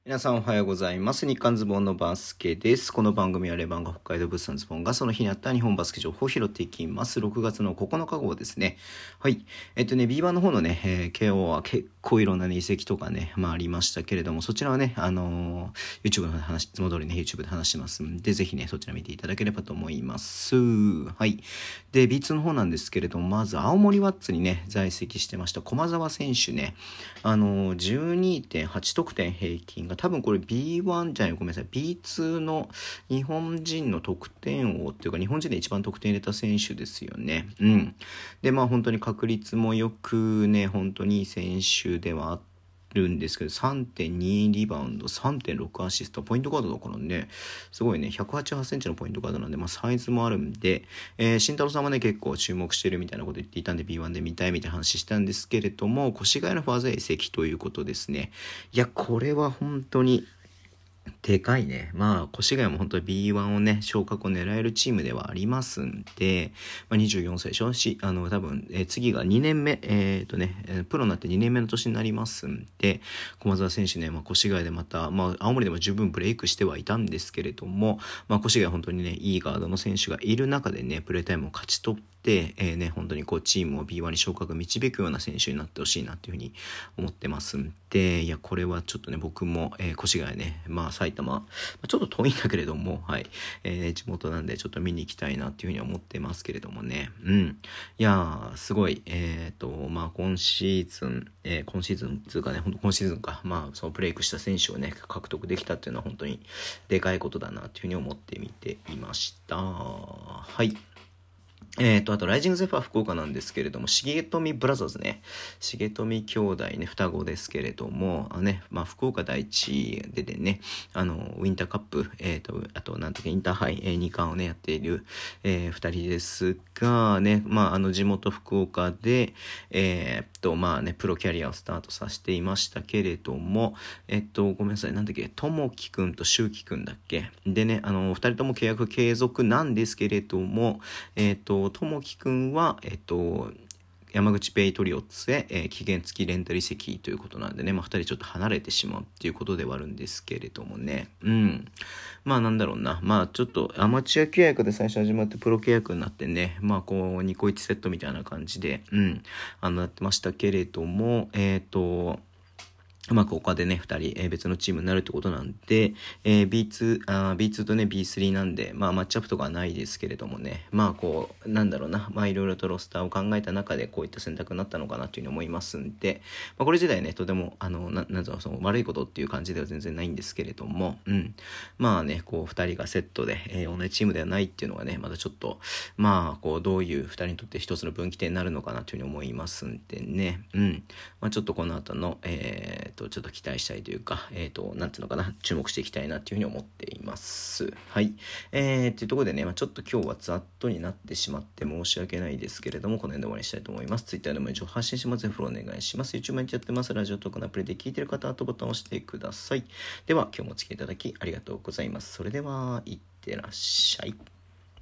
皆さんおはようございます。日刊ズボンのバスケです。この番組はレバンが北海道物産ズボンがその日にあった日本バスケ情報を拾っていきます。6月の9日号ですね。はい。B1 の方のね、KO は結構いろんなね、移籍とかね、ありましたけれども、そちらはね、YouTube の話、いつも通りね、YouTube で話してますんで、ぜひね、そちら見ていただければと思います。はい。で、B2 の方なんですけれども、まず青森ワッツにね、在籍してました駒澤選手ね、12.8 得点平均が多分これ B1 じゃない、ごめんなさい、B2 の日本人の得点王っていうか、日本人で一番得点入れた選手ですよね。うん。で、本当に確率もよくね、本当にいい選手ではあるんですけど、3.2 リバウンド、3.6 アシスト、ポイントガードだからね、すごいね、188センチのポイントガードなんで、サイズもあるんで、慎太郎さんはね、結構注目してるみたいなこと言っていたんで、B1 で見たいみたいな話したんですけれども、越谷のファーザー移籍ということですね。いや、これは本当に、でかいね。越谷も本当に B1 をね、昇格を狙えるチームではありますんで、24歳でしょ多分、次が2年目、プロになって2年目の年になりますんで、駒澤選手ね、越谷でまた、青森でも十分ブレイクしてはいたんですけれども、越谷本当にね、いいガードの選手がいる中でね、プレータイムを勝ち取って、本当にチームを B1 に昇格導くような選手になってほしいなっていうふうに思ってますんで、いや、これはちょっとね、僕も、越谷ね、埼玉、ちょっと遠いんだけれども、はい、地元なんでちょっと見に行きたいなっていうふうに思ってますけれどもね、いやー、すごい、今シーズンつうかね、本当今シーズンか、そのブレイクした選手をね、獲得できたっていうのは本当にでかいことだなっていうふうに思って見ていました。はい。あと、ライジングゼファー福岡なんですけれども、重富ブラザーズね。重富兄弟ね、双子ですけれども、福岡第一でね、ウィンターカップ、あと、インターハイ、2冠をね、やっている、二人ですが、ね、地元福岡で、プロキャリアをスタートさせていましたけれども、ごめんなさい、ともきくんとしゅうきくんだっけでね、二人とも契約継続なんですけれども、ともきくんは、山口ペイトリオッツへ、期限付きレンタル移籍ということなんでね、二人ちょっと離れてしまうっていうことではあるんですけれどもね。なんだろうな。ちょっとアマチュア契約で最初始まってプロ契約になってね、2個1セットみたいな感じで、なってましたけれども、他でね、2人、別のチームになるってことなんで、B2 とね、B3 なんで、マッチアップとかはないですけれどもね、いろいろとロスターを考えた中でこういった選択になったのかなというふうに思いますんで、これ自体ね、とても、その悪いことっていう感じでは全然ないんですけれども、2人がセットで、同じチームではないっていうのがね、またちょっと、どういう2人にとって一つの分岐点になるのかなというふうに思いますんでね、ちょっとこの後の、ちょっと期待したいというか、注目していきたいなというふうに思っています。はい。というところでね、ちょっと今日はざっとになってしまって申し訳ないですけれども、この辺で終わりにしたいと思います。Twitter でも一応発信します。フォローお願いします。YouTube 毎日やってます。ラジオトークのアプリで聞いてる方はボタンを押してください。では、今日もお付き合いいただきありがとうございます。それでは、いってらっしゃい。